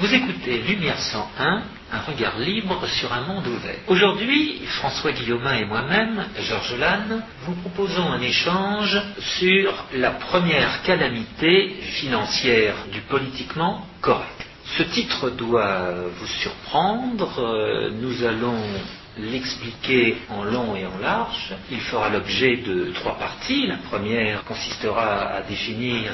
Vous écoutez Lumière 101, un regard libre sur un monde ouvert. Aujourd'hui, François Guillaumin et moi-même, Georges Lannes, vous proposons un échange sur la première calamité financière du politiquement correct. Ce titre doit vous surprendre, nous allons l'expliquer en long et en large. Il fera l'objet de 3 parties. La première consistera à définir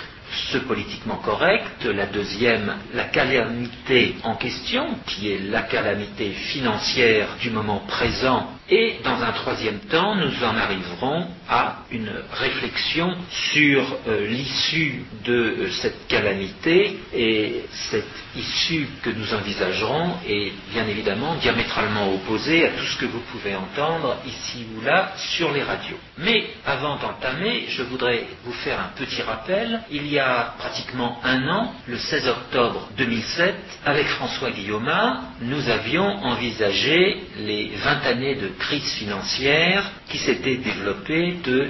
ce politiquement correct, la deuxième, la calamité en question, qui est la calamité financière du moment présent, et dans un troisième temps, nous en arriverons à une réflexion sur l'issue de cette calamité, et cette issue que nous envisagerons est bien évidemment diamétralement opposée à tout ce que vous pouvez entendre ici ou là sur les radios. Mais avant d'entamer, je voudrais vous faire un petit rappel. Il y a pratiquement un an, le 16 octobre 2007, avec François Guillaumin, nous avions envisagé les 20 années de crise financière qui s'étaient développées de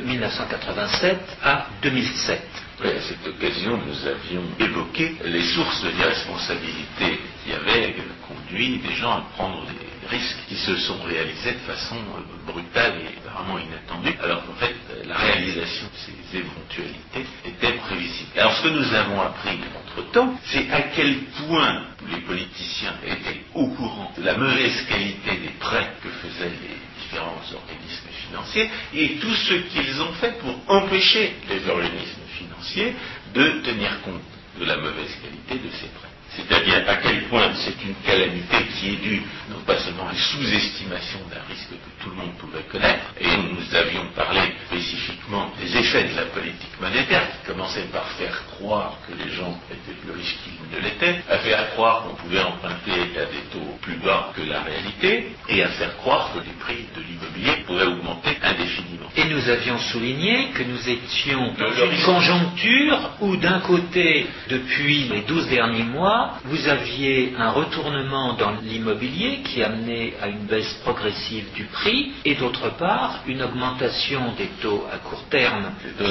1987 à 2007. Oui, à cette occasion, nous avions évoqué les sources de l'irresponsabilité qui avaient conduit des gens à prendre des risques qui se sont réalisés de façon brutale et vraiment inattendue, alors qu'en fait, la réalisation de ces éventualités était prévisible. Alors, ce que nous avons appris entre-temps, c'est à quel point les politiciens étaient au courant de la mauvaise qualité des prêts que faisaient les différents organismes financiers et tout ce qu'ils ont fait pour empêcher les organismes financiers de tenir compte de la mauvaise qualité de ces prêts. C'est-à-dire à quel point c'est une calamité qui est due non pas seulement à une sous-estimation d'un risque que tout le monde pouvait connaître, et nous avions parlé spécifiquement des effets de la politique monétaire qui commençaient par faire croire que les gens étaient plus riches qu'ils ne l'étaient, à faire croire qu'on pouvait emprunter à des taux plus bas que la réalité, et à faire croire que les prix de l'immobilier pourraient augmenter indéfiniment. Et nous avions souligné que nous étions dans une conjoncture où d'un côté, depuis les 12 derniers mois, vous aviez un retournement dans l'immobilier qui amenait à une baisse progressive du prix et d'autre part une augmentation des taux à court terme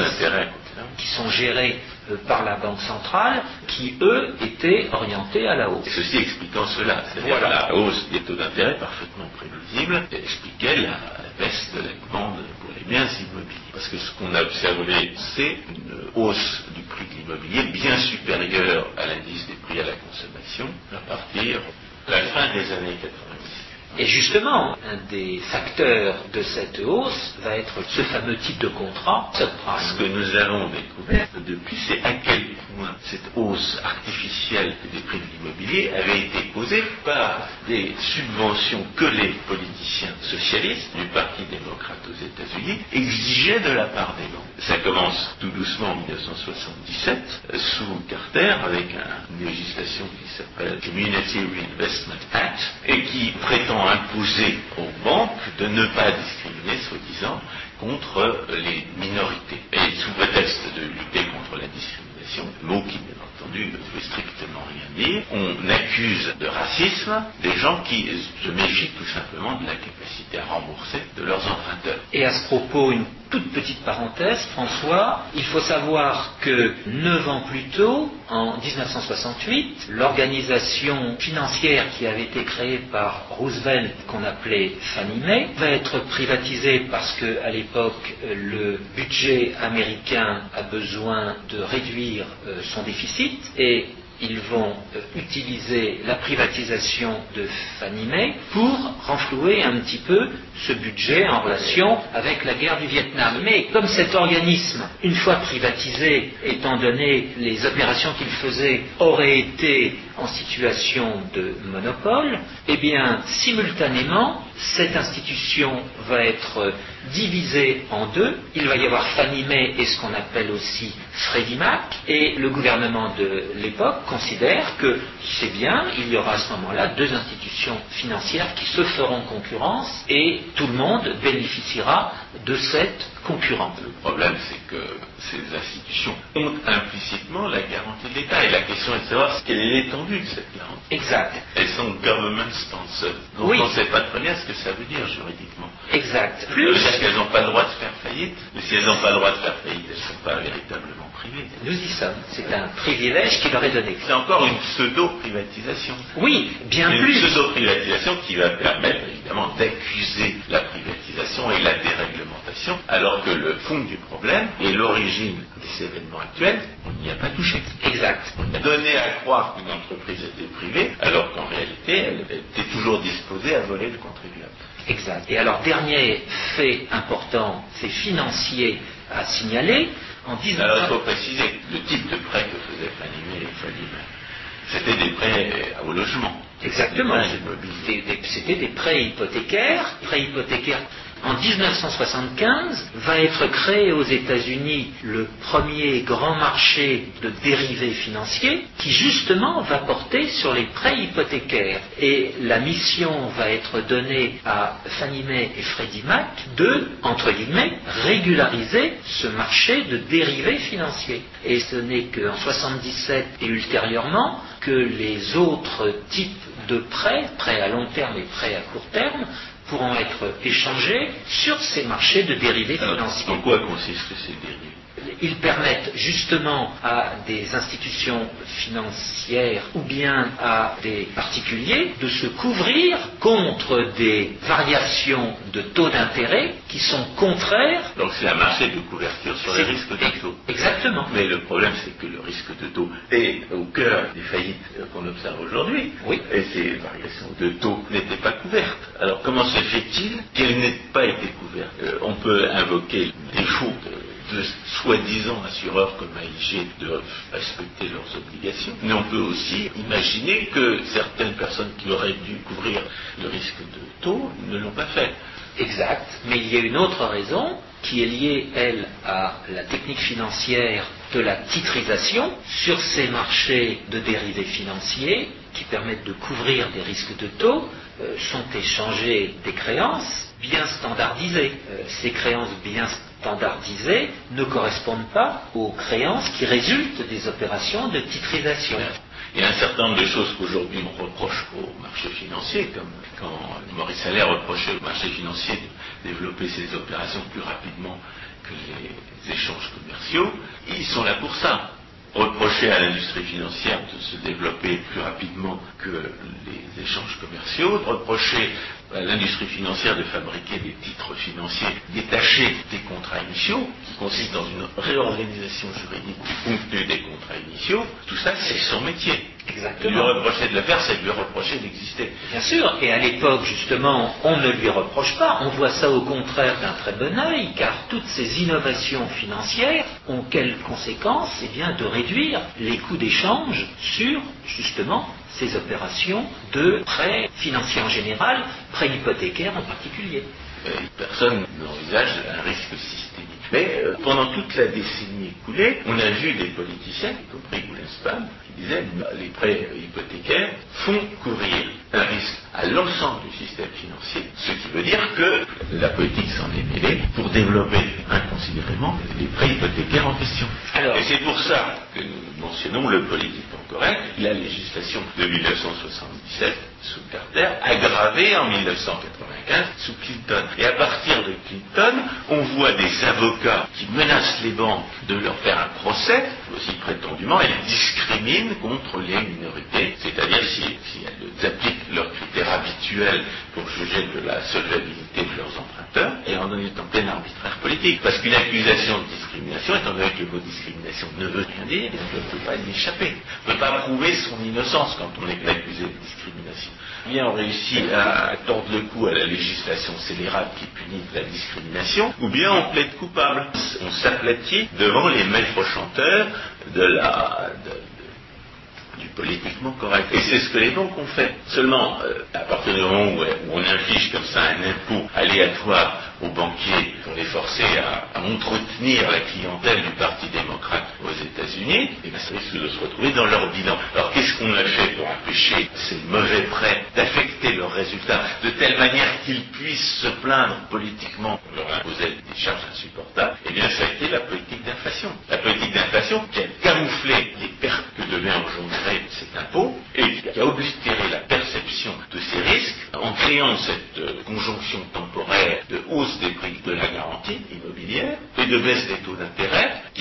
qui sont gérés par la Banque centrale qui eux étaient orientés à la hausse. Et ceci expliquant cela, c'est-à-dire la hausse des taux d'intérêt parfaitement prévisible expliquait la baisse de la demande pour les biens immobiliers. Parce que ce qu'on a observé, c'est une hausse du prix de l'immobilier bien supérieure à l'indice des prix à la consommation à partir de la fin des années 90. Et justement, un des facteurs de cette hausse va être ce fameux type de contrat, subprime. Ce que nous avons découvert depuis, c'est à quel point cette hausse artificielle des prix de l'immobilier avait été causée par des subventions que les politiciens socialistes du Parti démocrate aux États-Unis exigeaient de la part des banques. Ça commence tout doucement en 1977, sous Carter, avec une législation qui s'appelle Community Reinvestment Act, et qui prétend imposer aux banques de ne pas discriminer, soi-disant, contre les minorités. Et sous prétexte de lutter contre la discrimination, mot qui, bien entendu, ne veut strictement rien dire, on accuse de racisme des gens qui se méfient tout simplement de la capacité à rembourser de leurs emprunteurs. Et à ce propos, une toute petite parenthèse, François, il faut savoir que 9 ans plus tôt, en 1968, l'organisation financière qui avait été créée par Roosevelt, qu'on appelait Fannie Mae, va être privatisée parce qu'à l'époque, le budget américain a besoin de réduire son déficit et ils vont utiliser la privatisation de Fannie Mae pour renflouer un petit peu ce budget en relation avec la guerre du Vietnam. Mais comme cet organisme, une fois privatisé, étant donné les opérations qu'il faisait, aurait été en situation de monopole, eh bien, simultanément, cette institution va être divisée en deux. Il va y avoir Fannie Mae et ce qu'on appelle aussi Freddie Mac, et le gouvernement de l'époque considère que c'est bien, il y aura à ce moment-là 2 institutions financières qui se feront concurrence et tout le monde bénéficiera de cette concurrence. Le problème, c'est que ces institutions ont implicitement la garantie de l'État. Et la question est de savoir quelle est l'étendue de cette garantie. Exact. Elles sont government sponsored. Donc oui. On ne sait pas très bien ce que ça veut dire juridiquement. Exact. Ça veut dire qu'elles n'ont pas le droit de faire faillite. Mais si elles n'ont pas le droit de faire faillite, elles ne sont pas véritablement privées. privés. Nous y sommes. C'est un privilège qui leur est donné. C'est encore une pseudo-privatisation. Oui, bien une plus. Une pseudo-privatisation qui va permettre évidemment d'accuser la privatisation et la déréglementation, alors que le fond du problème et l'origine des événements actuels, on n'y a pas touché. Exact. On a donné à croire qu'une entreprise était privée, alors qu'en réalité, elle était toujours disposée à voler le contribuable. Exact. Et alors, dernier fait important, c'est financier à signaler. Alors il faut préciser, le type de prêt que faisait Fannie Mae et Freddie Mac, c'était des prêts au logement. Exactement. C'était des prêts hypothécaires. En 1975, va être créé aux États-Unis le premier grand marché de dérivés financiers qui justement va porter sur les prêts hypothécaires. Et la mission va être donnée à Fannie Mae et Freddie Mac de, entre guillemets, régulariser ce marché de dérivés financiers. Et ce n'est qu'en 1977 et ultérieurement que les autres types de prêts à long terme et prêts à court terme, pourront être échangés sur ces marchés de dérivés financiers. En quoi consistent ces dérivés ? Ils permettent justement à des institutions financières ou bien à des particuliers de se couvrir contre des variations de taux d'intérêt qui sont contraires. Donc c'est un marché de couverture sur les risques de taux. Exactement. Mais le problème c'est que le risque de taux est au cœur des faillites qu'on observe aujourd'hui. Oui. Et ces variations de taux n'étaient pas couvertes. Alors comment se fait-il qu'elles n'aient pas été couvertes ? On peut invoquer le défaut de soi-disant assureurs comme AIG doivent respecter leurs obligations, mais on peut aussi imaginer que certaines personnes qui auraient dû couvrir le risque de taux ne l'ont pas fait. Exact, mais il y a une autre raison qui est liée, elle, à la technique financière de la titrisation sur ces marchés de dérivés financiers qui permettent de couvrir des risques de taux. Sont échangées des créances bien standardisées. Ces créances bien standardisées ne correspondent pas aux créances qui résultent des opérations de titrisation. Il y a un certain nombre de choses qu'aujourd'hui on reproche au marché financier, comme quand Maurice Allais reprochait au marché financier de développer ses opérations plus rapidement que les échanges commerciaux. Ils sont là pour ça. Reprocher à l'industrie financière de se développer plus rapidement que les échanges commerciaux, reprocher à l'industrie financière de fabriquer des titres financiers détachés des contrats initiaux, qui consiste dans une réorganisation juridique du contenu des contrats initiaux, tout ça c'est son métier. Exactement. Lui reprocher de le faire, c'est lui reprocher d'exister. Bien sûr, et à l'époque, justement, on ne lui reproche pas, on voit ça au contraire d'un très bon œil, car toutes ces innovations financières ont quelle conséquence ? Eh bien, de réduire les coûts d'échange sur, justement, ces opérations de prêts financiers en général, prêts hypothécaires en particulier. Personne n'envisage un risque systémique. Mais pendant toute la décennie écoulée, on a vu des politiciens, y compris Greenspan, qui disaient que les prêts hypothécaires font courir un risque à l'ensemble du système financier, ce qui veut dire que la politique s'en est mêlée pour développer inconsidérément les prêts hypothécaires en question. Et c'est pour ça que nous mentionnons le politiquement correct, la législation de 1977 sous Carter, aggravée en 1995 sous Clinton. Et à partir de Clinton, on voit des avocats qui menacent les banques de leur faire un procès, aussi prétendument, elles discriminent contre les minorités, c'est-à-dire si elles appliquent leurs critères habituels pour juger de la solvabilité de leurs emprunteurs, et en est en plein arbitraire politique. Parce qu'une accusation de discrimination, étant donné que le mot discrimination ne veut rien dire, on ne peut pas y échapper. On ne peut pas prouver son innocence quand on est accusé de discrimination. Bien, on réussit à tordre le cou à la législation scélérate qui punit la discrimination, ou bien on plaide coupable. On s'aplatit devant les maîtres chanteurs du politiquement correct. Et c'est ce que les banques ont fait. Seulement, à partir du moment où on inflige comme ça un impôt aléatoire aux banquiers pour les forcer à entretenir la clientèle du Parti démocrate aux États-Unis, et bien ça risque de se retrouver dans leur bilan. Alors qu'est-ce qu'on a fait pour empêcher ces mauvais prêts d'affecter leurs résultats de telle manière qu'ils puissent se plaindre politiquement qu'on leur imposait des charges insupportables? Eh bien ça a été la politique d'inflation. La politique d'inflation qui a camouflé les pertes que devait engendrer cet impôt et qui a oblitéré la perception de ces risques en créant cette conjonction temporaire de hausse des prix de la garantie immobilière et de baisse des taux d'intérêt qui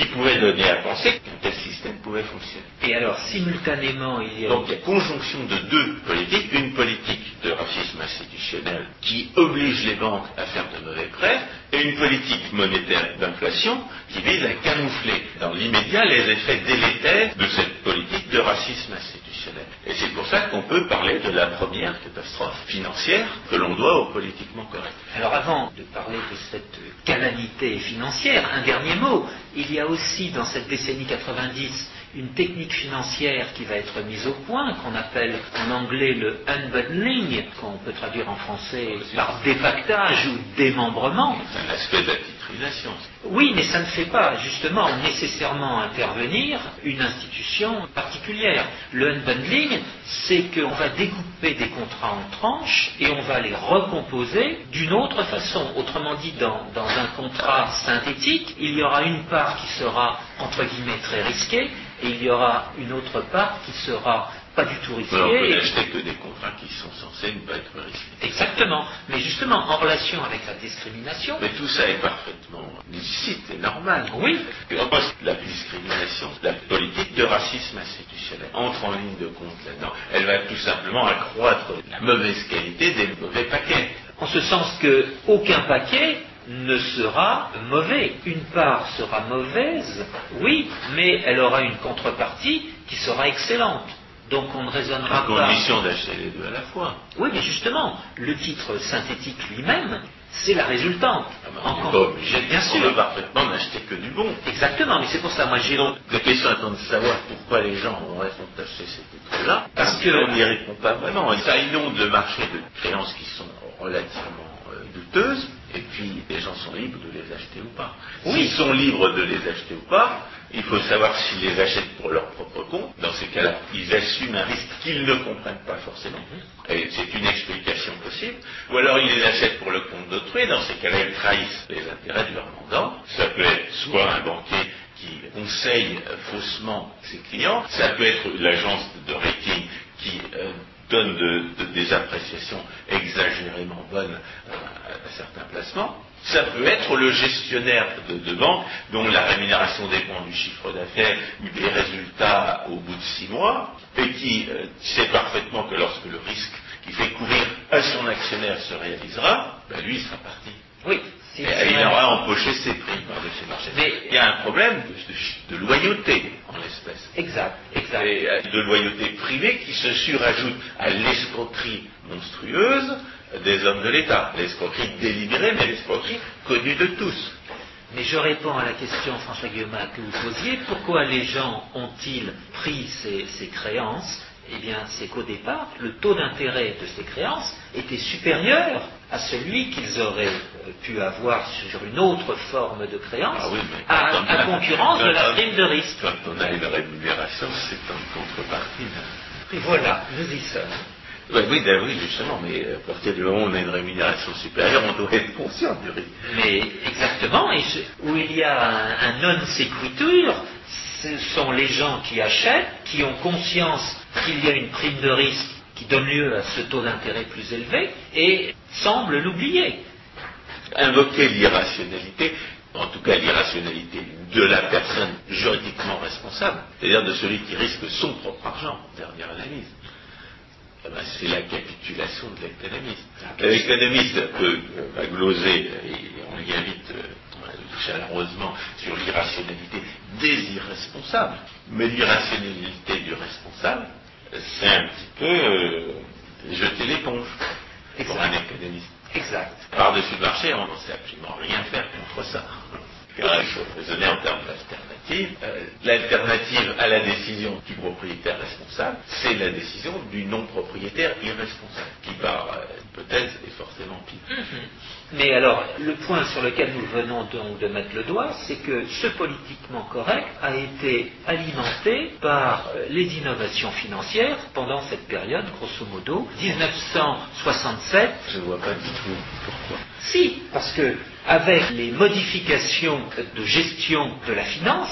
qui pouvait donner à penser qu'un tel système pouvait fonctionner. Et alors, simultanément, il y a... Donc il y a conjonction de deux politiques, une politique de racisme institutionnel qui oblige les banques à faire de mauvais prêts, et une politique monétaire d'inflation qui vise à camoufler dans l'immédiat les effets délétères de cette politique de racisme institutionnel. Et c'est pour ça qu'on peut parler de la première catastrophe financière que l'on doit au politiquement correct. Alors avant de parler de cette calamité financière, un dernier mot. Il y a aussi dans cette décennie 90 une technique financière qui va être mise au point, qu'on appelle en anglais le unbundling, qu'on peut traduire en français par dépactage ou démembrement. C'est un aspect d'attitrisation. Oui, mais ça ne fait pas justement nécessairement intervenir une institution particulière. Le unbundling, c'est qu'on va découper des contrats en tranches et on va les recomposer d'une autre façon. Autrement dit, dans un contrat synthétique, il y aura une part qui sera entre guillemets très risquée, et il y aura une autre part qui sera pas du tout risquée. On peut n'acheter que des contrats qui sont censés ne pas être risqués. Exactement. Mais justement, en relation avec la discrimination... Mais tout ça est parfaitement licite et normal. Oui. En poste, la discrimination, la politique de racisme institutionnel entre en ligne de compte là-dedans. Elle va tout simplement accroître la mauvaise qualité des mauvais paquets. En ce sens qu'aucun paquet ne sera mauvais. Une part sera mauvaise, oui, mais elle aura une contrepartie qui sera excellente. Donc on ne raisonnera pas... À condition d'acheter les deux à la fois. Oui, mais justement, le titre synthétique lui-même, c'est la résultante. On n'est pas obligé, bien sûr. On peut parfaitement n'acheter que du bon. Exactement, mais c'est pour ça, moi j'ai... Donc, la question étant de savoir pourquoi les gens auraient acheté ces titres-là, parce que... on n'y répond pas vraiment. Ça inonde le marché de créances qui sont relativement douteuses, et puis les gens sont libres de les acheter ou pas. Oui. S'ils sont libres de les acheter ou pas, il faut savoir s'ils les achètent pour leur propre compte. Dans ces cas-là, ils assument un risque qu'ils ne comprennent pas forcément. Et c'est une explication possible. Ou alors ils les achètent pour le compte d'autrui. Dans ces cas-là, ils trahissent les intérêts de leur mandant. Ça peut être soit un banquier qui conseille faussement ses clients, ça peut être l'agence de rating qui donne des appréciations exagérément bonnes à certains placements. Ça peut être le gestionnaire de banque dont la rémunération dépend du chiffre d'affaires ou des résultats au bout de 6 mois et qui sait parfaitement que lorsque le risque qu'il fait courir à son actionnaire se réalisera, lui il sera parti. Oui. Il aura empoché ses prix par-dessus le marché. Mais il y a un problème de loyauté en l'espèce. Exact. Et de loyauté privée qui se surajoute à l'escroquerie monstrueuse des hommes de l'État. L'escroquerie délibérée, mais l'escroquerie connue de tous. Mais je réponds à la question, François Guillaume, que vous posiez. Pourquoi les gens ont-ils pris ces créances ? Eh bien, c'est qu'au départ, le taux d'intérêt de ces créances était supérieur à celui qu'ils auraient pu avoir sur une autre forme de créance, à concurrence de la prime de risque. Quand on a une rémunération, c'est en contrepartie. Voilà, nous y sommes. Oui, justement, mais à partir du moment où on a une rémunération supérieure, on doit être conscient du risque. Mais exactement, où il y a un non sequitur, ce sont les gens qui achètent, qui ont conscience qu'il y a une prime de risque qui donne lieu à ce taux d'intérêt plus élevé, et semblent l'oublier. Invoquer l'irrationalité, en tout cas l'irrationalité de la personne juridiquement responsable, c'est-à-dire de celui qui risque son propre argent, dernière analyse. C'est la capitulation de l'économiste. L'économiste peut gloser, et on y invite chaleureusement, sur l'irrationalité des irresponsables. Mais l'irrationalité du responsable, c'est un petit peu jeter l'éponge pour un économiste. Exact. Par-dessus le marché, on ne sait absolument rien faire contre ça. Car il faut raisonner en termes d'alternative. L'alternative à la décision du propriétaire responsable, c'est la décision du non-propriétaire irresponsable, qui par hypothèse est forcément pire. Mais alors, le point sur lequel nous venons donc de mettre le doigt, c'est que ce politiquement correct a été alimenté par les innovations financières pendant cette période, grosso modo, 1967. Je ne vois pas du tout pourquoi. Si, parce que avec les modifications de gestion de la finance,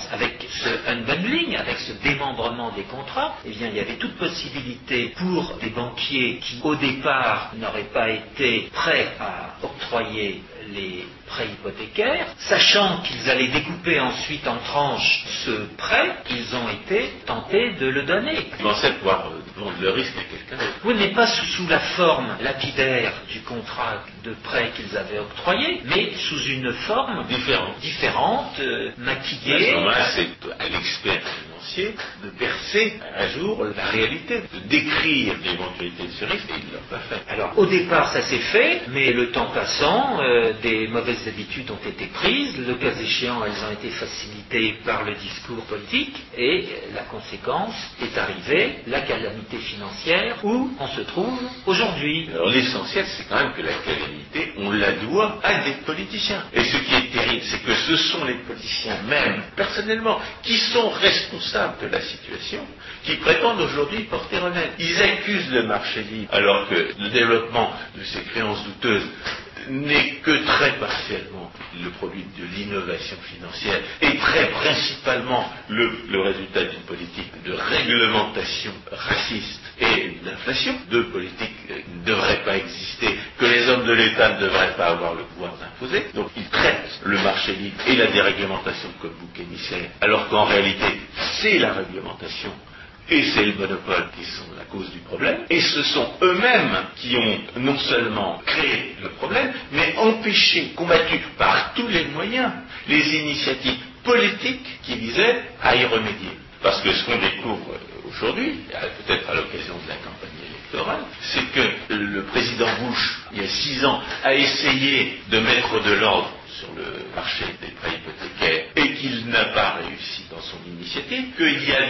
conséquence, avec ce unbundling, avec ce démembrement des contrats, eh bien, il y avait toute possibilité pour des banquiers qui, au départ, n'auraient pas été prêts à octroyer les prêts hypothécaires, sachant qu'ils allaient découper ensuite en tranches ce prêt, ils ont été tentés de le donner. Ils pensaient pouvoir vendre le risque à quelqu'un d'autre. Vous n'êtes pas sous la forme lapidaire du contrat de prêt qu'ils avaient octroyé, mais sous une forme différente, maquillée. À ce moment-là, c'est à l'expert financier de percer un jour la réalité, de décrire l'éventualité de ce risque, et il ne l'a pas fait. Alors, au départ, ça s'est fait, mais le temps passant, des mauvaises habitudes ont été prises, le cas échéant, elles ont été facilitées par le discours politique, et la conséquence est arrivée, la calamité financière, où on se trouve aujourd'hui. Alors l'essentiel, c'est quand même que la calamité, on la doit à des politiciens. Et ce qui est terrible, c'est que ce sont les politiciens même, personnellement, qui sont responsables de la situation, qui prétendent aujourd'hui porter remède. Ils accusent le marché libre, alors que le développement de ces créances douteuses n'est que très partiellement le produit de l'innovation financière et très principalement le résultat d'une politique de réglementation raciste et d'inflation. Deux politiques ne devraient pas exister, que les hommes de l'État ne devraient pas avoir le pouvoir d'imposer. Donc ils traitent le marché libre et la déréglementation comme bouc émissaire, alors qu'en réalité c'est la réglementation et c'est le monopole qui sont la cause du problème, et ce sont eux-mêmes qui ont non seulement créé le problème, mais empêché, combattu par tous les moyens, les initiatives politiques qui visaient à y remédier. Parce que ce qu'on découvre aujourd'hui, peut-être à l'occasion de la campagne électorale, c'est que le président Bush, il y a 6 ans, a essayé de mettre de l'ordre sur le marché des prêts hypothécaires et qu'il n'a pas réussi dans son initiative, qu'il y a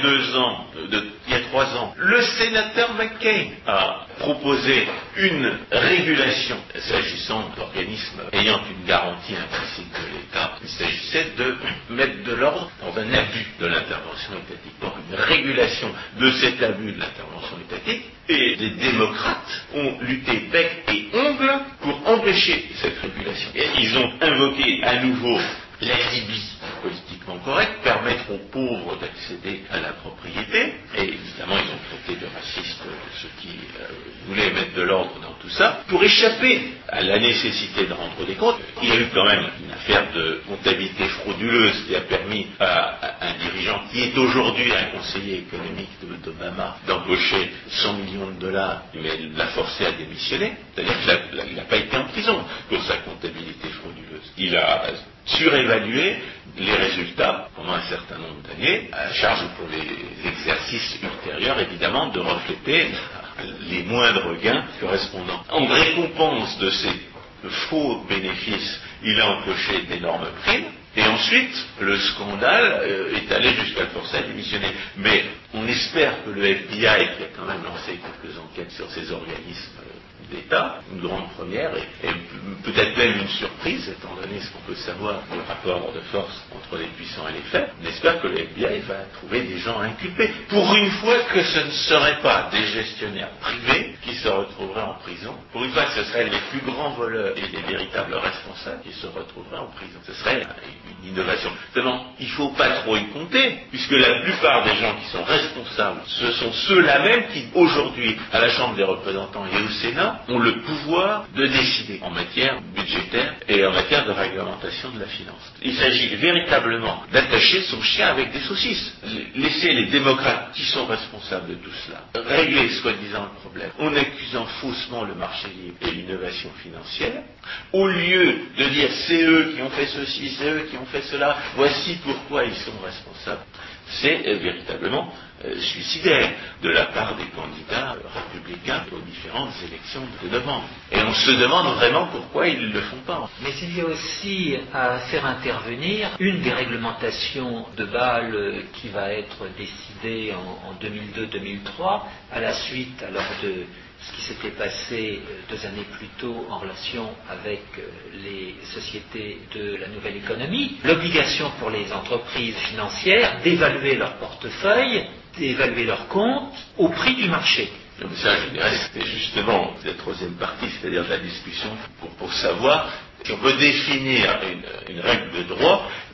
3 ans, le sénateur McCain a proposé une régulation s'agissant d'organismes ayant une garantie implicite de l'État. Il s'agissait de mettre de l'ordre dans un abus de l'intervention étatique. Donc une régulation de cet abus de l'intervention étatique, et les démocrates ont lutté bec et ongle pour empêcher cette régulation. Et ils ont invoqué à nouveau l'alibi politiquement correct, permettre aux pauvres d'accéder à la propriété, et évidemment ils ont traité de racistes ceux qui voulaient mettre de l'ordre dans tout ça, pour échapper à la nécessité de rendre des comptes. Il y a eu quand même une affaire de comptabilité frauduleuse qui a permis à un dirigeant qui est aujourd'hui un conseiller économique d'Obama d'embaucher 100 millions de dollars, mais l'a forcé à démissionner, c'est-à-dire qu'il n'a pas été en prison pour sa comptabilité frauduleuse. Il a surévalué les résultats pendant un certain nombre d'années, à charge pour les exercices ultérieurs, évidemment, de refléter les moindres gains correspondants. En récompense de ces faux bénéfices, il a empoché d'énormes primes, et ensuite, le scandale est allé jusqu'à le forcer à démissionner. Mais on espère que le FBI, qui a quand même lancé quelques enquêtes sur ces organismes d'État, une grande première, et peut-être même une surprise, étant donné ce qu'on peut savoir du rapport de force entre les puissants et les faibles, on espère que le FBI va trouver des gens inculpés. Pour une fois que ce ne seraient pas des gestionnaires privés qui se retrouveraient en prison, pour une fois que ce seraient les plus grands voleurs et les véritables responsables qui se retrouveraient en prison. Ce serait une innovation. Seulement, il ne faut pas trop y compter, puisque la plupart des gens qui sont responsables, ce sont ceux-là même qui, aujourd'hui, à la Chambre des représentants et au Sénat, ont le pouvoir de décider en matière budgétaire et en matière de réglementation de la finance. Il s'agit véritablement d'attacher son chien avec des saucisses. Laisser les démocrates, qui sont responsables de tout cela, régler soi-disant le problème en accusant faussement le marché libre et l'innovation financière, au lieu de dire c'est eux qui ont fait ceci, c'est eux qui ont fait cela, voici pourquoi ils sont responsables. C'est véritablement suicidaire de la part des candidats républicains aux différentes élections de novembre. Et on se demande vraiment pourquoi ils ne le font pas. Mais il y a aussi à faire intervenir une des réglementations de Bâle qui va être décidée en 2002-2003 à la suite alors de ce qui s'était passé 2 années plus tôt en relation avec les sociétés de la nouvelle économie, l'obligation pour les entreprises financières d'évaluer leur portefeuille, d'évaluer leurs comptes au prix du marché. Donc ça, je dirais, c'était justement la 3e partie, c'est-à-dire la discussion pour savoir si on peut définir une règle de droit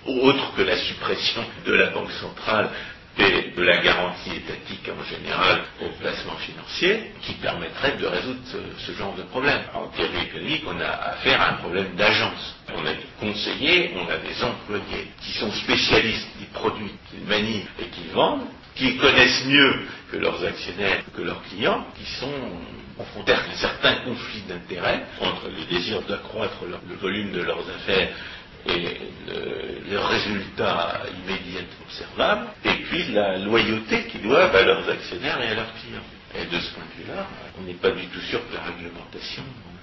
autre que la suppression de la Banque centrale et de la garantie étatique en général aux placements financiers, qui permettrait de résoudre ce genre de problème. En théorie économique, on a affaire à un problème d'agence. On a des conseillers, on a des employés qui sont spécialistes des produits qu'ils manient et qu'ils vendent, qui connaissent mieux que leurs actionnaires, que leurs clients, qui sont confrontés à certains conflits d'intérêts entre le désir d'accroître le volume de leurs affaires et les résultats immédiatement observables, et puis la loyauté qu'ils doivent à leurs actionnaires et à leurs clients. Et de ce point de vue-là, on n'est pas du tout sûr que la réglementation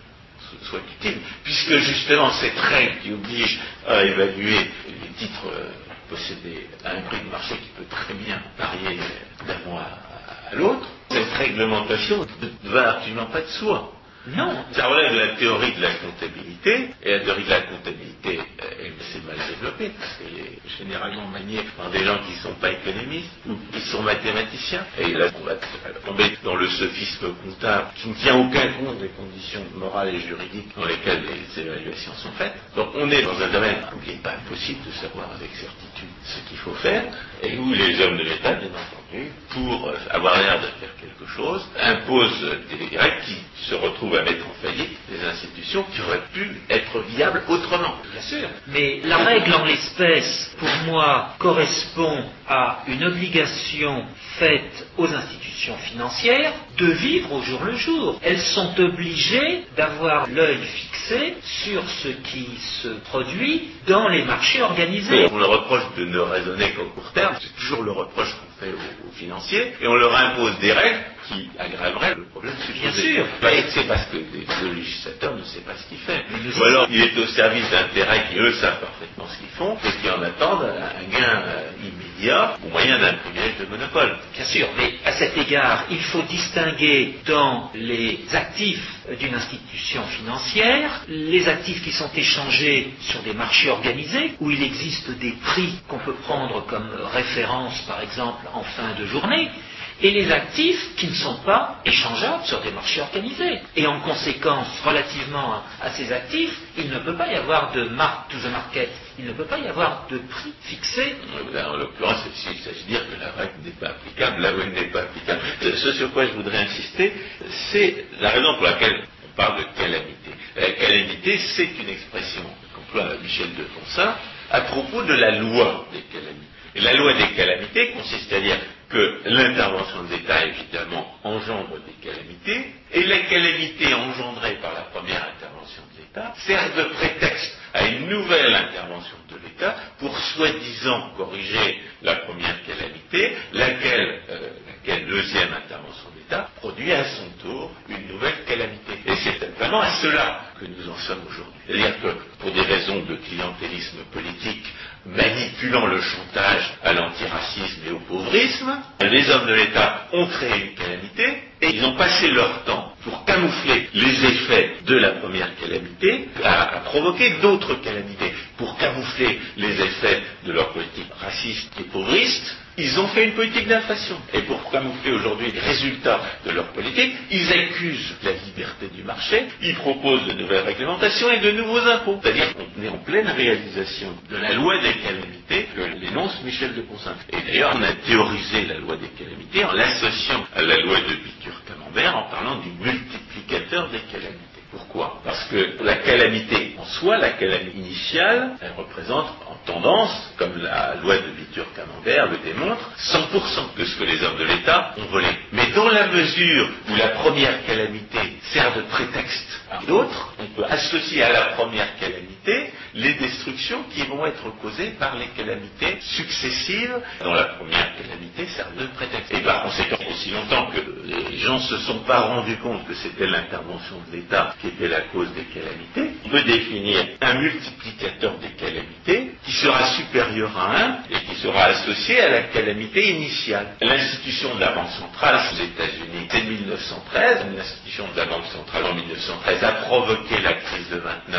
soit utile, puisque justement cette règle qui oblige à évaluer les titres possédés à un prix de marché qui peut très bien varier d'un mois à l'autre, cette réglementation ne va absolument pas de soi. Non. Ça relève de la théorie de la comptabilité, et la théorie de la comptabilité, elle s'est mal développée, parce qu'elle est généralement maniée par des gens qui ne sont pas économistes, ou qui sont mathématiciens, et là on va tomber dans le sophisme comptable, qui ne tient aucun compte des conditions morales et juridiques dans lesquelles les évaluations sont faites. Donc on est dans un domaine où il n'est pas possible de savoir avec certitude ce qu'il faut faire, et où les hommes de l'État, bien entendu, pour avoir l'air de faire quelque chose, imposent des règles qui se retrouvent à mettre en faillite des institutions qui auraient pu être viables autrement. Bien sûr. Mais la règle en l'espèce, pour moi, correspond à une obligation faite aux institutions financières de vivre au jour le jour. Elles sont obligées d'avoir l'œil fixé sur ce qui se produit dans les marchés organisés. On leur reproche de ne raisonner qu'au court terme, c'est toujours le reproche qu'on fait aux financiers, et on leur impose des règles qui aggraveraient le problème supposé. Bien sûr. C'est parce que le législateur ne sait pas ce qu'il fait. Ou alors il est au service d'intérêts qui eux savent parfaitement ce qu'ils font, et qui en attendent un gain immédiat au moyen d'un privilège de monopole. Bien sûr, mais à cet égard, il faut distinguer dans les actifs d'une institution financière, les actifs qui sont échangés sur des marchés organisés, où il existe des prix qu'on peut prendre comme référence, par exemple, en fin de journée, et les actifs qui ne sont pas échangeables sur des marchés organisés. Et en conséquence, relativement à ces actifs, il ne peut pas y avoir de mark to the market, il ne peut pas y avoir de prix fixé. En l'occurrence, il s'agit de dire que la règle n'est pas applicable, là où elle n'est pas applicable. Ce sur quoi je voudrais insister, c'est la raison pour laquelle on parle de calamité. La calamité, c'est une expression qu'emploie Michel de Fonsat à propos de la loi des calamités. Et la loi des calamités consiste à dire que l'intervention de l'État, évidemment, engendre des calamités, et les calamités engendrées par la première intervention de l'État servent de prétexte à une nouvelle intervention de l'État pour soi-disant corriger la première calamité, laquelle deuxième intervention de l'État produit à son tour une nouvelle calamité. Et c'est vraiment à cela que nous en sommes aujourd'hui. C'est-à-dire que pour des raisons de clientélisme politique, manipulant le chantage à l'antiracisme et au pauvrisme, les hommes de l'État ont créé une calamité et ils ont passé leur temps pour camoufler les effets de la première calamité à provoquer d'autres calamités. Pour camoufler les effets de leur politique raciste et pauvriste, ils ont fait une politique d'inflation. Et pour camoufler aujourd'hui les résultats de leur politique, ils accusent la liberté du marché, ils proposent de nouvelles réglementations et de nouveaux impôts. C'est-à-dire qu'on est en pleine réalisation de la loi des calamités que l'énonce Michel de Fonsat. Et d'ailleurs, on a théorisé la loi des calamités en l'associant à la loi de Bitur-Camembert en parlant du multiplicateur des calamités. Pourquoi ? Parce que la calamité en soi, la calamité initiale, elle représente en tendance, comme la loi de Bitur-Camembert le démontre, 100% de ce que les hommes de l'État ont volé. Mais dans la mesure où la première calamité sert de prétexte à d'autres, on peut associer à la première calamité les destructions qui vont être causées par les calamités successives dont la première calamité sert de prétexte. Et par conséquent, aussi longtemps que les gens ne se sont pas rendus compte que c'était l'intervention de l'État qui était la cause des calamités, on peut définir un multiplicateur des calamités qui sera supérieur à 1 et qui sera associé à la calamité initiale. L'institution de la Banque centrale aux États-Unis, c'est 1913. L'institution de la Banque centrale en 1913 a provoqué la crise de 29.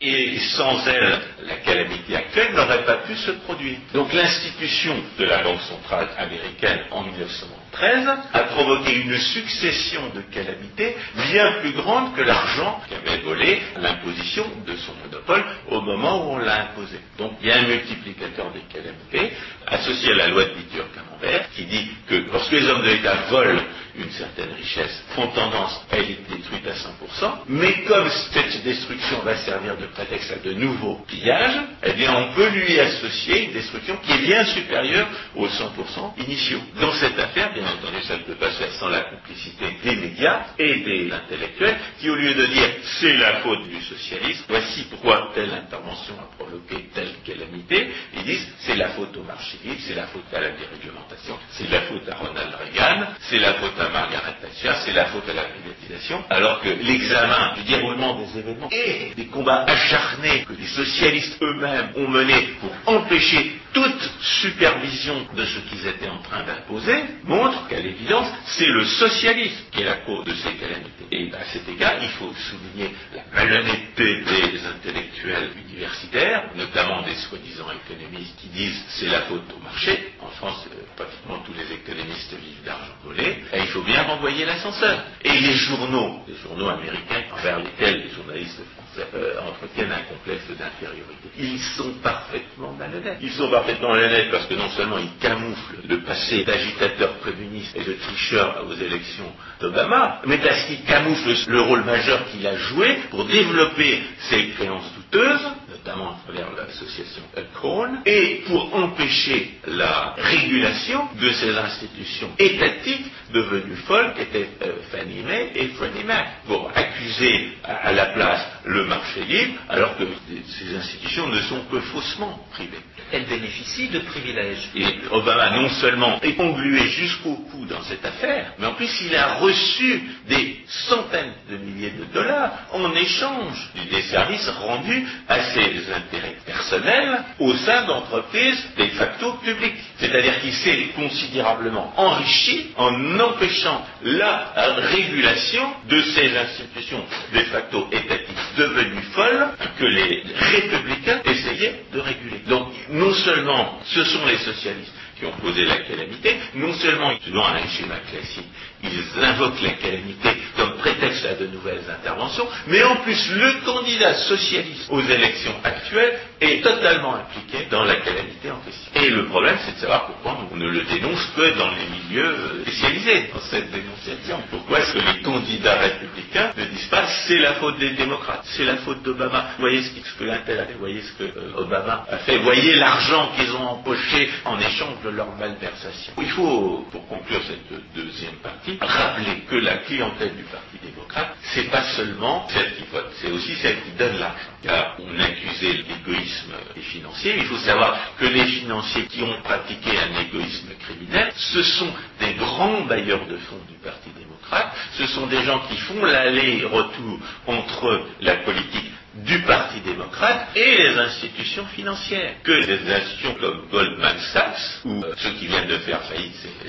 et sans elle, la calamité actuelle n'aurait pas pu se produire. Donc l'institution de la Banque centrale américaine en 1913 a provoqué une succession de calamités bien plus grandes que l'argent qu'avait volé l'imposition de son monopole au moment où on l'a imposé. Donc il y a un multiplicateur des calamités associé à la loi de Bitur-Camembert qui dit que lorsque les hommes de l'État volent une certaine richesse, font tendance à être détruite à 100%, mais comme cette destruction va servir de prétexte à de nouveaux pillages, eh bien on peut lui associer une destruction qui est bien supérieure aux 100% initiaux. Dans cette affaire, bien entendu, ça ne peut pas se faire sans la complicité des médias et des intellectuels qui, au lieu de dire c'est la faute du socialisme, voici pourquoi telle intervention a provoqué telle calamité, ils disent c'est la faute au marché libre, c'est la faute à la déréglementation, c'est la faute à Ronald Reagan, c'est la faute à Margaret Thatcher, c'est la faute à la privatisation, alors que l'examen du déroulement des événements et des combats acharnés que les socialistes eux-mêmes ont menés pour empêcher toute supervision de ce qu'ils étaient en train d'imposer montre qu'à l'évidence, c'est le socialisme qui est la cause de ces calamités. Et à cet égard, il faut souligner la malhonnêteté des intellectuels universitaires, notamment des soi-disant économistes qui disent c'est la faute au marché. En France, pratiquement tous les économistes vivent d'argent volé. Et il faut bien renvoyer l'ascenseur. Et les journaux américains envers lesquels les journalistes français entretiennent un complexe d'infériorité, ils sont parfaitement malhonnêtes. Ils sont parfaitement malhonnêtes parce que non seulement ils camouflent le passé d'agitateur communiste et de tricheur aux élections d'Obama, mais parce qu'ils camouflent le rôle majeur qu'il a joué pour développer ses créances douteuses, notamment à travers l'association Elkhorn, et pour empêcher la régulation de ces institutions étatiques devenues folles qu'étaient Fannie Mae et Freddie Mac, pour accuser à la place le marché libre, alors que ces institutions ne sont que faussement privées. Elles bénéficient de privilèges. Et Obama non seulement est englué jusqu'au cou dans cette affaire, mais en plus il a reçu des centaines de milliers de dollars en échange des services rendus à ses intérêts personnels au sein d'entreprises de facto publiques. C'est-à-dire qu'il s'est considérablement enrichi en empêchant la régulation de ces institutions de facto étatiques devenues folles que les républicains essayaient de réguler. Donc non seulement ce sont les socialistes qui ont posé la calamité, non seulement, selon un schéma classique, ils invoquent la calamité comme prétexte à de nouvelles interventions, mais en plus le candidat socialiste aux élections actuelles est totalement impliqué dans la calamité en question. Et le problème, c'est de savoir pourquoi on ne le dénonce que dans les milieux spécialisés dans cette dénonciation. Pourquoi est-ce que les candidats républicains ne disent pas c'est la faute des démocrates, c'est la faute d'Obama, voyez ce que l'intérêt, voyez ce que Obama a fait, voyez l'argent qu'ils ont empoché en échange de leur malversation. Il faut, pour conclure cette deuxième partie, rappeler que la clientèle du Parti démocrate, c'est pas seulement celle qui vote, c'est aussi celle qui donne l'argent. Car on accusait l'égoïsme des financiers, il faut savoir que les financiers qui ont pratiqué un égoïsme criminel, ce sont des grands bailleurs de fonds du Parti démocrate, ce sont des gens qui font l'aller-retour entre la politique du Parti démocrate et les institutions financières. Que les institutions comme Goldman Sachs, ou ceux qui viennent de faire faillite, c'est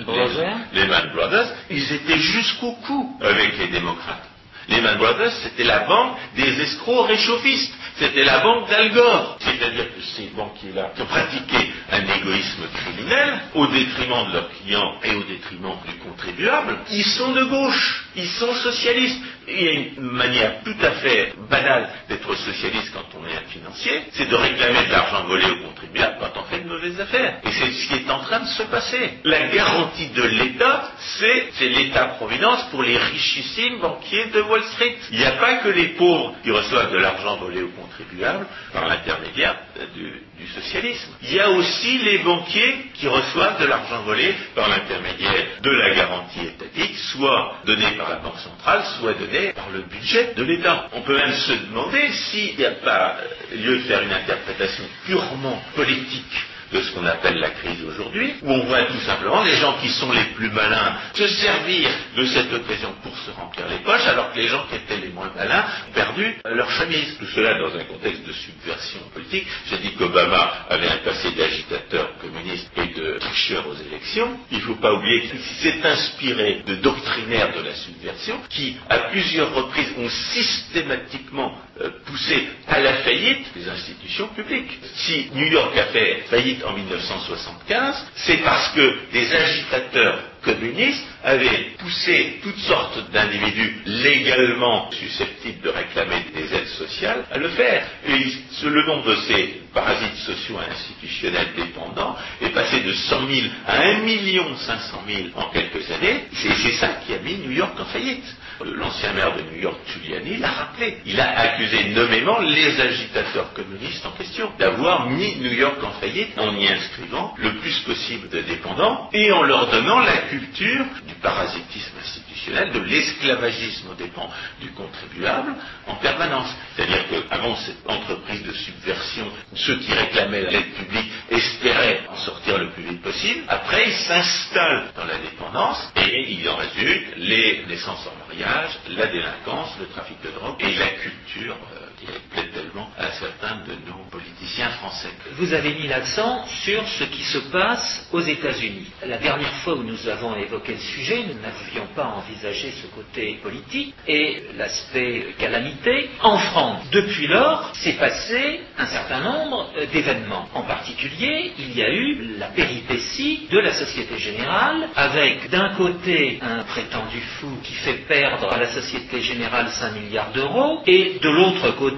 Lehman Brothers, ils étaient jusqu'au cou avec les démocrates. Lehman Brothers, c'était la banque des escrocs réchauffistes. C'était la banque d'Al Gore. C'est-à-dire que ces banquiers-là qui ont pratiqué un égoïsme criminel au détriment de leurs clients et au détriment du contribuable, ils sont de gauche, ils sont socialistes. Il y a une manière tout à fait banale d'être socialiste quand on est un financier, c'est de réclamer de l'argent volé aux contribuables quand on fait de mauvaises affaires. Et c'est ce qui est en train de se passer. La garantie de l'État, c'est l'État-providence pour les richissimes banquiers de Wall Street. Il n'y a pas que les pauvres qui reçoivent de l'argent volé aux contribuables par l'intermédiaire du socialisme. Il y a aussi les banquiers qui reçoivent de l'argent volé par l'intermédiaire de la garantie étatique, soit donnée par la Banque centrale, soit donnée par le budget de l'État. On peut même se demander s'il n'y a pas lieu de faire une interprétation purement politique de ce qu'on appelle la crise aujourd'hui, où on voit tout simplement les gens qui sont les plus malins se servir de cette occasion pour se remplir les poches, alors que les gens qui étaient les moins moins malins, ont perdu leur chemise. Tout cela dans un contexte de subversion politique. J'ai dit qu'Obama avait un passé d'agitateur communiste et de tricheur aux élections. Il ne faut pas oublier qu'il s'est inspiré de doctrinaires de la subversion qui, à plusieurs reprises, ont systématiquement poussé à la faillite des institutions publiques. Si New York a fait faillite en 1975, c'est parce que des agitateurs communistes avaient poussé toutes sortes d'individus légalement susceptibles de réclamer des aides sociales à le faire. Et le nombre de ces parasites sociaux et institutionnels dépendants est passé de 100 000 à 1 500 000 en quelques années. C'est ça qui a mis New York en faillite. L'ancien maire de New York, Giuliani, l'a rappelé. Il a accusé nommément les agitateurs communistes en question d'avoir mis New York en faillite en y inscrivant le plus possible de dépendants et en leur donnant la culture du parasitisme institutionnel, de l'esclavagisme aux dépens du contribuable en permanence. C'est-à-dire qu'avant cette entreprise de subversion, ceux qui réclamaient l'aide publique espéraient en sortir le plus vite possible. Après, ils s'installent dans la dépendance et il en résulte les naissances en mariage, la délinquance, le trafic de drogue et la culture qui plaît tellement à certains de nos politiciens français. Vous avez mis l'accent sur ce qui se passe aux États-Unis. La dernière fois où nous avons évoqué le sujet, nous n'avions pas envisagé ce côté politique et l'aspect calamité. En France, depuis lors, s'est passé un certain nombre d'événements. En particulier, il y a eu la péripétie de la Société Générale, avec d'un côté un prétendu fou qui fait perdre à la Société Générale 5 milliards d'euros, et de l'autre côté,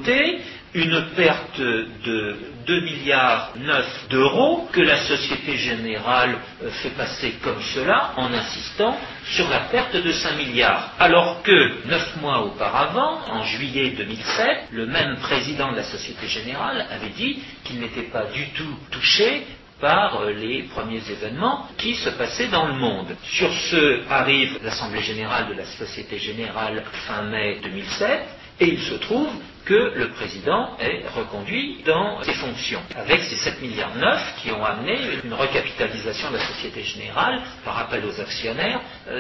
une perte de 2,9 milliards d'euros que la Société Générale fait passer comme cela en insistant sur la perte de 5 milliards. Alors que 9 mois auparavant, en juillet 2007, le même président de la Société Générale avait dit qu'il n'était pas du tout touché par les premiers événements qui se passaient dans le monde. Sur ce arrive l'Assemblée Générale de la Société Générale fin mai 2007, et il se trouve que le président est reconduit dans ses fonctions, avec ces 7,9 milliards qui ont amené une recapitalisation de la Société Générale par appel aux actionnaires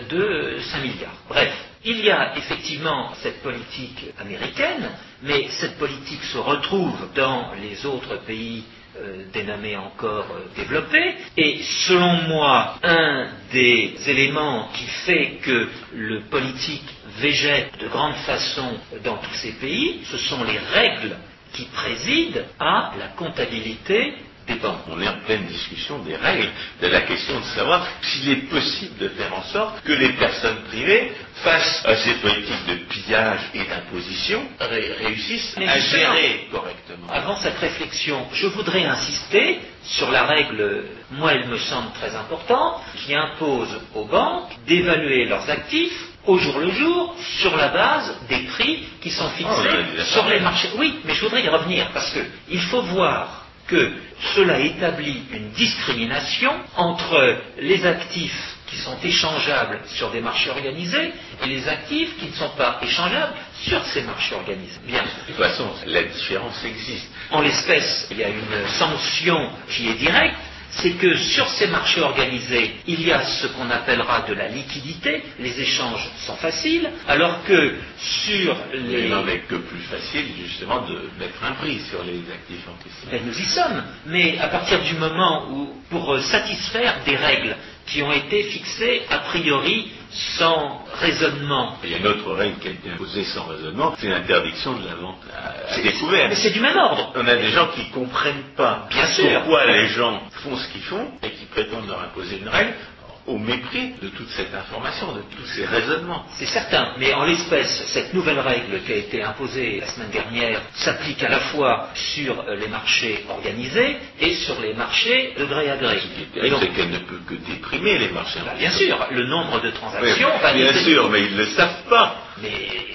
de 5 milliards. Bref, il y a effectivement cette politique américaine, mais cette politique se retrouve dans les autres pays dénommés encore développés, et selon moi, un des éléments qui fait que le politique végète de grande façon dans tous ces pays, ce sont les règles qui président à la comptabilité des banques. On est en pleine discussion des règles, de la question de savoir s'il est possible de faire en sorte que les personnes privées, face à ces politiques de pillage et d'imposition, réussissent à gérer correctement. Avant cette réflexion, je voudrais insister sur la règle, moi elle me semble très importante, qui impose aux banques d'évaluer leurs actifs au jour le jour, sur la base des prix qui sont fixés sur les marchés. Oui, mais je voudrais y revenir, parce qu'il faut voir que cela établit une discrimination entre les actifs qui sont échangeables sur des marchés organisés et les actifs qui ne sont pas échangeables sur ces marchés organisés. Bien. De toute façon, la différence existe. En l'espèce, il y a une sanction qui est directe, c'est que sur ces marchés organisés, il y a ce qu'on appellera de la liquidité, les échanges sont faciles, alors que sur les... Il n'en est que plus facile, justement, de mettre un prix sur les actifs en question. Ben, nous y sommes, mais à partir du moment où, pour satisfaire des règles qui ont été fixées a priori sans raisonnement. Il y a une autre règle qui a été imposée sans raisonnement, c'est l'interdiction de la vente à découvert. Mais c'est du même ordre. On a des gens qui ne comprennent pas pourquoi les gens font ce qu'ils font et qui prétendent leur imposer une règle au mépris de toute cette information, de tous ces raisonnements. C'est certain, mais en l'espèce, cette nouvelle règle qui a été imposée la semaine dernière s'applique à la fois sur les marchés organisés et sur les marchés de gré à gré. Ce qui est terrible, c'est qu'elle ne peut que déprimer les marchés organisés. Bien sûr, le nombre de transactions va bien sûr, mais ils ne le savent pas. Mais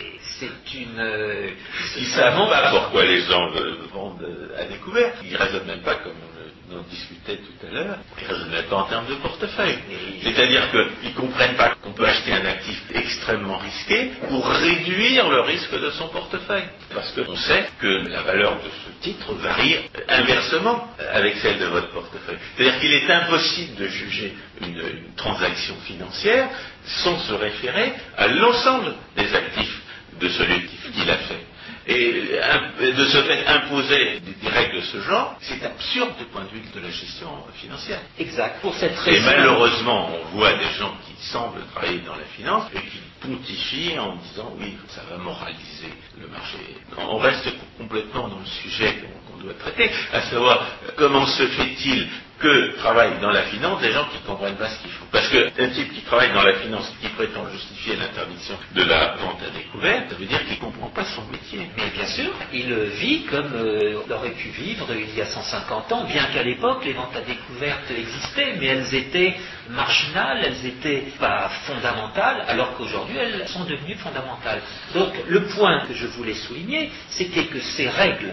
c'est une... Ils ne savent pas pourquoi les gens vendent à découvert. Ils ne raisonnent même pas comme on en discutait tout à l'heure. Ils ne raisonnent même pas en termes de portefeuille. C'est-à-dire qu'ils ne comprennent pas qu'on peut acheter un actif extrêmement risqué pour réduire le risque de son portefeuille. Parce qu'on sait que la valeur de ce titre varie inversement avec celle de votre portefeuille. C'est-à-dire qu'il est impossible de juger une transaction financière sans se référer à l'ensemble des actifs de celui qui l'a fait. Et de ce fait, imposer des règles de ce genre, c'est absurde du point de vue de la gestion financière. Exact. Pour cette raison. Et malheureusement, on voit des gens qui semblent travailler dans la finance et qui pontifient en disant oui, ça va moraliser le marché. On reste complètement dans le sujet qu'on doit traiter, à savoir comment se fait-il que travaillent dans la finance des gens qui ne comprennent pas ce qu'ils font. Parce qu'un type qui travaille dans la finance, qui prétend justifier l'interdiction de la vente à découvert, ça veut dire qu'il ne comprend pas son métier. Mais bien sûr, il vit comme il aurait pu vivre il y a 150 ans, bien qu'à l'époque les ventes à découvert existaient, mais elles étaient marginales, elles n'étaient pas fondamentales, alors qu'aujourd'hui elles sont devenues fondamentales. Donc le point que je voulais souligner, c'était que ces règles,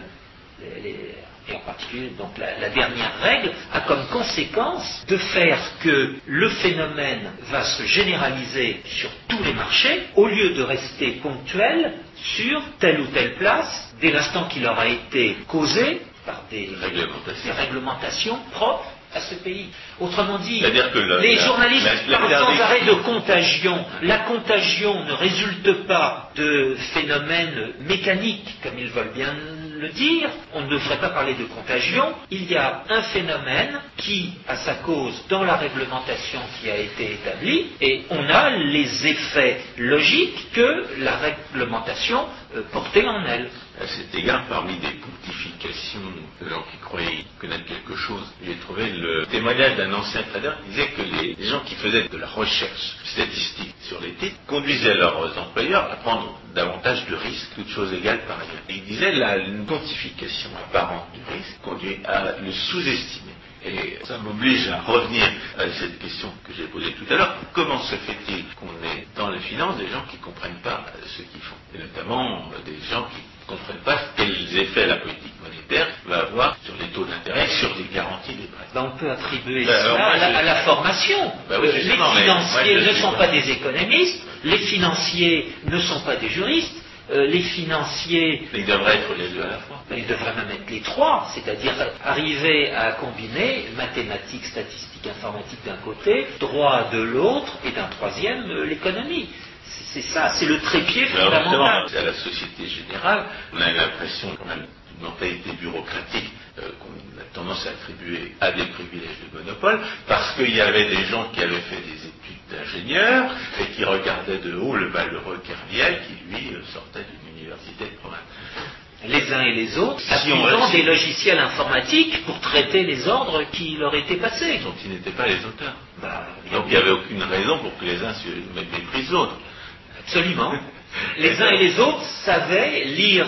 et en particulier donc la dernière règle, a comme conséquence de faire que le phénomène va se généraliser sur tous les marchés, au lieu de rester ponctuel sur telle ou telle place, dès l'instant qu'il aura été causé par des réglementations propres à ce pays. Autrement dit, les journalistes parlent sans arrêt de contagion. La contagion ne résulte pas de phénomènes mécaniques, comme ils veulent bien le dire. On ne devrait pas parler de contagion. Il y a un phénomène qui a sa cause dans la réglementation qui a été établie, et on a les effets logiques que la réglementation portait en elle. À cet égard, parmi des pontifications de gens qui croyaient connaître quelque chose, j'ai trouvé le témoignage d'un ancien trader qui disait que les gens qui faisaient de la recherche statistique sur les titres conduisaient leurs employeurs à prendre davantage de risques, toutes choses égales par ailleurs. Et il disait une quantification apparente du risque conduit à le sous-estimer. Et ça m'oblige à revenir à cette question que j'ai posée tout à l'heure. Comment se fait-il qu'on ait dans les finances des gens qui ne comprennent pas ce qu'ils font? Et notamment des gens qui ne comprennent pas quels effets la politique monétaire va avoir sur les taux d'intérêt, sur les garanties des prêts. On peut attribuer cela à la formation. Oui, les financiers ne sont pas des économistes, les financiers ne sont pas des juristes. Les financiers... Ils devraient être les deux à la fois. Ils devraient même être les trois, c'est-à-dire arriver à combiner mathématiques, statistiques, informatique d'un côté, droit de l'autre, et d'un troisième, l'économie. C'est ça, c'est le trépied fondamental. À la Société Générale, on a l'impression quand même d'une mentalité bureaucratique qu'on a tendance à attribuer à des privilèges de monopole, parce qu'il y avait des gens qui avaient fait des études d'ingénieurs et qui regardaient de haut le malheureux Kerviel qui, lui, sortait d'une université de province. Les uns et les autres, appliquant des logiciels informatiques pour traiter les ordres qui leur étaient passés. Donc ils n'étaient pas les auteurs. Donc il n'y avait aucune raison pour que les uns se méprisent les autres. Absolument. Les uns et les autres savaient lire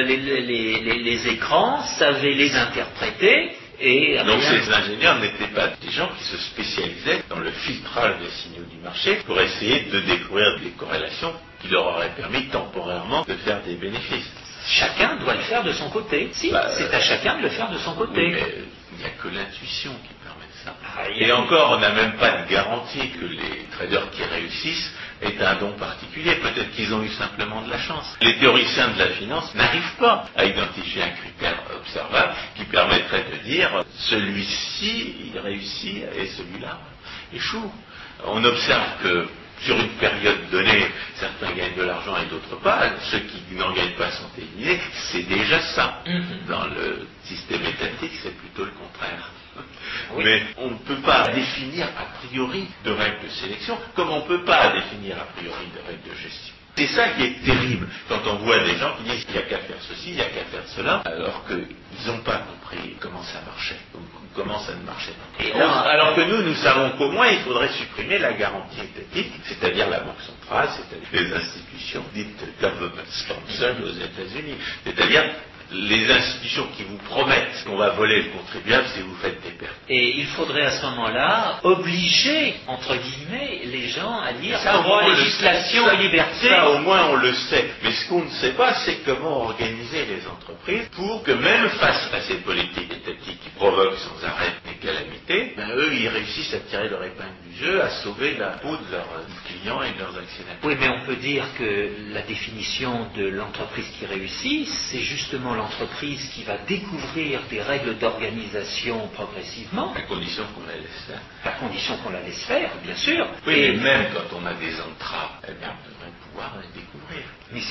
les écrans, savaient les interpréter, et donc ces ingénieurs n'étaient pas des gens qui se spécialisaient dans le filtrage des signaux du marché pour essayer de découvrir des corrélations qui leur auraient permis temporairement de faire des bénéfices. Chacun doit le faire de son côté. Si, c'est à chacun de le faire de son côté. Oui, mais il n'y a que l'intuition qui permet ça. Et encore, on n'a même pas de garantie que les traders qui réussissent aient un don particulier. Peut-être qu'ils ont eu simplement de la chance. Les théoriciens de la finance n'arrivent pas à identifier un critère observable qui permettrait de dire celui-ci il réussit et celui-là échoue. On observe que sur une période donnée, certains gagnent de l'argent et d'autres pas. Ceux qui n'en gagnent pas sont éliminés. C'est déjà ça. Dans le système étatique, c'est plutôt le contraire. Oui. Mais on ne peut pas définir a priori de règles de sélection, comme on ne peut pas définir a priori de règles de gestion. C'est ça qui est terrible, quand on voit des gens qui disent qu'il n'y a qu'à faire ceci, il n'y a qu'à faire cela, alors qu'ils n'ont pas compris comment ça marchait, comment ça ne marchait pas. Alors que nous savons qu'au moins il faudrait supprimer la garantie étatique, c'est-à-dire la Banque centrale, c'est-à-dire les institutions dites government sponsored aux États-Unis, c'est-à-dire les institutions qui vous promettent qu'on va voler le contribuable si vous faites des pertes. Et il faudrait à ce moment-là obliger, entre guillemets, les gens à dire droit, législation et liberté. Ça, au moins, on le sait. Mais ce qu'on ne sait pas, c'est comment organiser les entreprises pour que même face à ces politiques étatiques qui provoquent sans arrêt des calamités, eux, ils réussissent à tirer leur épingle du jeu, à sauver la peau de leurs clients et de leurs actionnaires. Oui, mais on peut dire que la définition de l'entreprise qui réussit, c'est justement l'entreprise qui va découvrir des règles d'organisation progressivement. À condition qu'on la laisse faire. À condition qu'on la laisse faire, bien sûr. Oui, mais même quand on a des entraves, eh bien, on devrait pouvoir les découvrir. Mais c'est ce qui se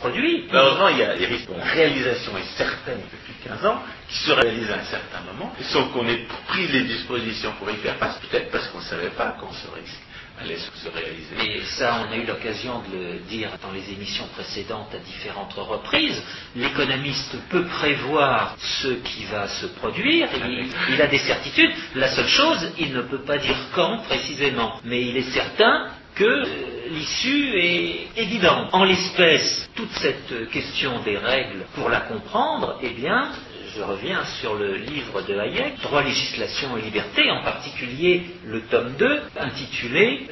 produit. Malheureusement, il y a des risques dont la réalisation est certaine depuis 15 ans, qui se réalisent à un certain moment, sans qu'on ait pris les dispositions pour y faire face, peut-être parce qu'on ne savait pas quand ce risque allait se réaliser. Mais ça, on a eu l'occasion de le dire dans les émissions précédentes à différentes reprises. L'économiste peut prévoir ce qui va se produire, il a des certitudes. La seule chose, il ne peut pas dire quand précisément, mais il est certain que l'issue est évidente. En l'espèce, toute cette question des règles, pour la comprendre, eh bien, je reviens sur le livre de Hayek, Droit, législation et liberté, en particulier le tome 2, intitulé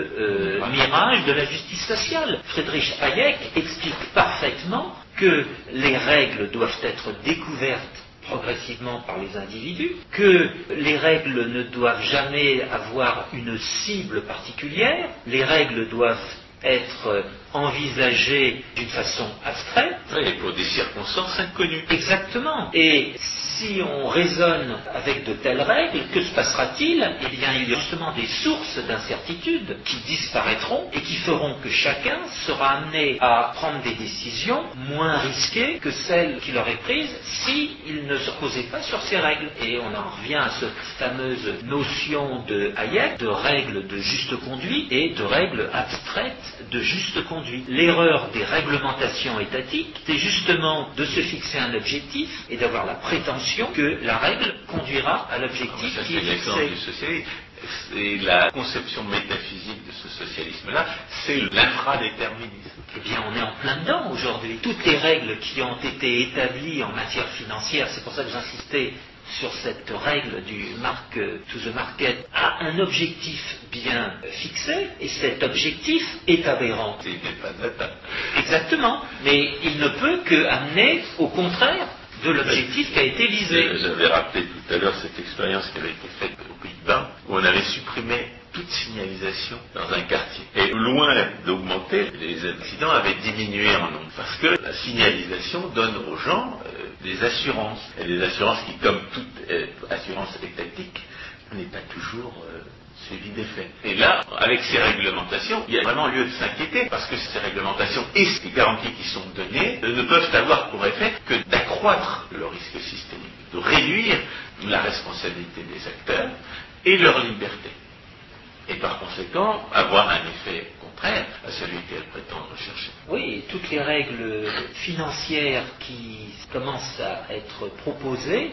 Le mirage de la justice sociale. Friedrich Hayek explique parfaitement que les règles doivent être découvertes progressivement par les individus, que les règles ne doivent jamais avoir une cible particulière, les règles doivent être envisagées d'une façon abstraite. Oui, pour des circonstances inconnues. Exactement. Et si on raisonne avec de telles règles, que se passera-t-il? Eh bien, il y a justement des sources d'incertitude qui disparaîtront et qui feront que chacun sera amené à prendre des décisions moins risquées que celles qu'il aurait prises s'il ne se reposait pas sur ces règles. Et on en revient à cette fameuse notion de Hayek, de règles de juste conduite et de règles abstraites de juste conduite. L'erreur des réglementations étatiques, c'est justement de se fixer un objectif et d'avoir la prétention que la règle conduira à l'objectif qui est fixé. Du socialisme. Et la conception métaphysique de ce socialisme-là, c'est l'infradéterminisme. Eh bien, on est en plein dedans aujourd'hui. Toutes les règles qui ont été établies en matière financière, c'est pour ça que j'insistais sur cette règle du to the market, a un objectif bien fixé, et cet objectif est aberrant. Il n'est pas atteint. Exactement, mais il ne peut que amener au contraire de l'objectif qui a été visé. J'avais rappelé tout à l'heure cette expérience qui avait été faite aux Pays-Bas, où on avait supprimé toute signalisation dans un quartier. Et loin d'augmenter, les accidents avaient diminué en nombre. Parce que la signalisation donne aux gens des assurances. Et des assurances qui, comme toute assurance étatique, n'est pas toujours suivie des faits. Et là, avec ces réglementations, il y a vraiment lieu de s'inquiéter, parce que ces réglementations et ces garanties qui sont données ne peuvent avoir pour effet que d'accroître le risque systémique, de réduire la responsabilité des acteurs et leur liberté. Et par conséquent, avoir un effet contraire à celui qu'elles prétendent rechercher. Oui, toutes les règles financières qui commencent à être proposées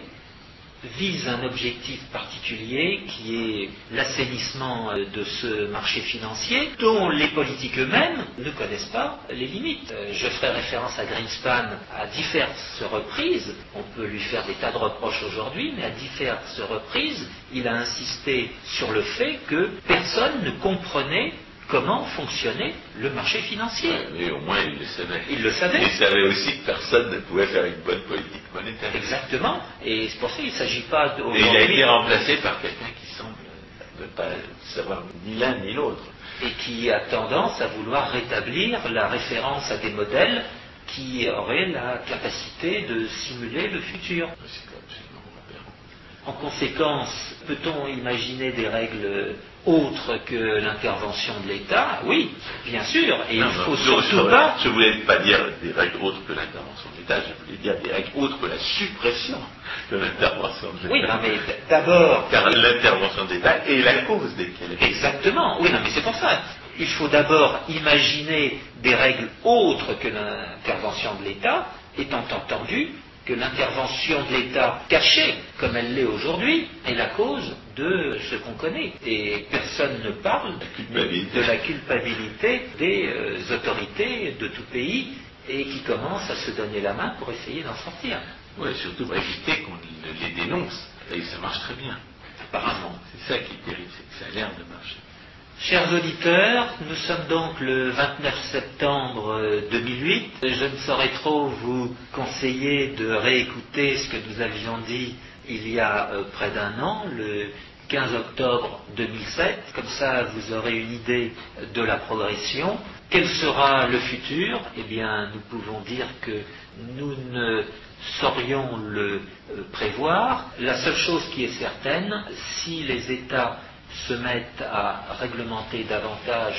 visent un objectif particulier qui est l'assainissement de ce marché financier dont les politiques eux-mêmes ne connaissent pas les limites. Je ferai référence à Greenspan à diverses reprises. On peut lui faire des tas de reproches aujourd'hui, mais à diverses reprises, il a insisté sur le fait que personne ne comprenait comment fonctionnait le marché financier. Mais au moins, il le savait. Il le savait. Il savait aussi que personne ne pouvait faire une bonne politique monétaire. Exactement. Et c'est pour ça qu'il ne s'agit pas Et il a été remplacé par quelqu'un qui semble ne pas savoir ni l'un ni l'autre. Et qui a tendance à vouloir rétablir la référence à des modèles qui auraient la capacité de simuler le futur. C'est absolument aberrant. En conséquence, peut-on imaginer des règles autres que l'intervention de l'État? Oui, bien sûr, et il faut surtout pas... Je ne voulais pas dire des règles autres que l'intervention de l'État, je voulais dire des règles autres que la suppression de l'intervention de l'État. Oui, non, mais d'abord... Car l'intervention de l'État est la cause desquelles. Exactement, oui, non, mais c'est pour ça. Il faut d'abord imaginer des règles autres que l'intervention de l'État, étant entendu que l'intervention de l'État cachée, comme elle l'est aujourd'hui, est la cause de ce qu'on connaît. Et personne ne parle de la culpabilité des autorités de tout pays et qui commencent à se donner la main pour essayer d'en sortir. Oui, surtout pour éviter qu'on les dénonce. Et ça marche très bien. Apparemment. C'est ça qui est terrible, c'est que ça a l'air de marcher. Chers auditeurs, nous sommes donc le 29 septembre 2008. Je ne saurais trop vous conseiller de réécouter ce que nous avions dit il y a près d'un an, le 15 octobre 2007. Comme ça, vous aurez une idée de la progression. Quel sera le futur? Eh bien, nous pouvons dire que nous ne saurions le prévoir. La seule chose qui est certaine, si les États se mettent à réglementer davantage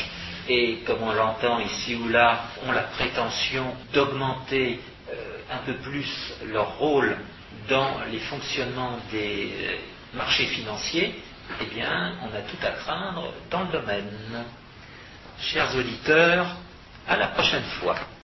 et, comme on l'entend ici ou là, ont la prétention d'augmenter un peu plus leur rôle dans les fonctionnements des marchés financiers, eh bien, on a tout à craindre dans le domaine. Chers auditeurs, à la prochaine fois.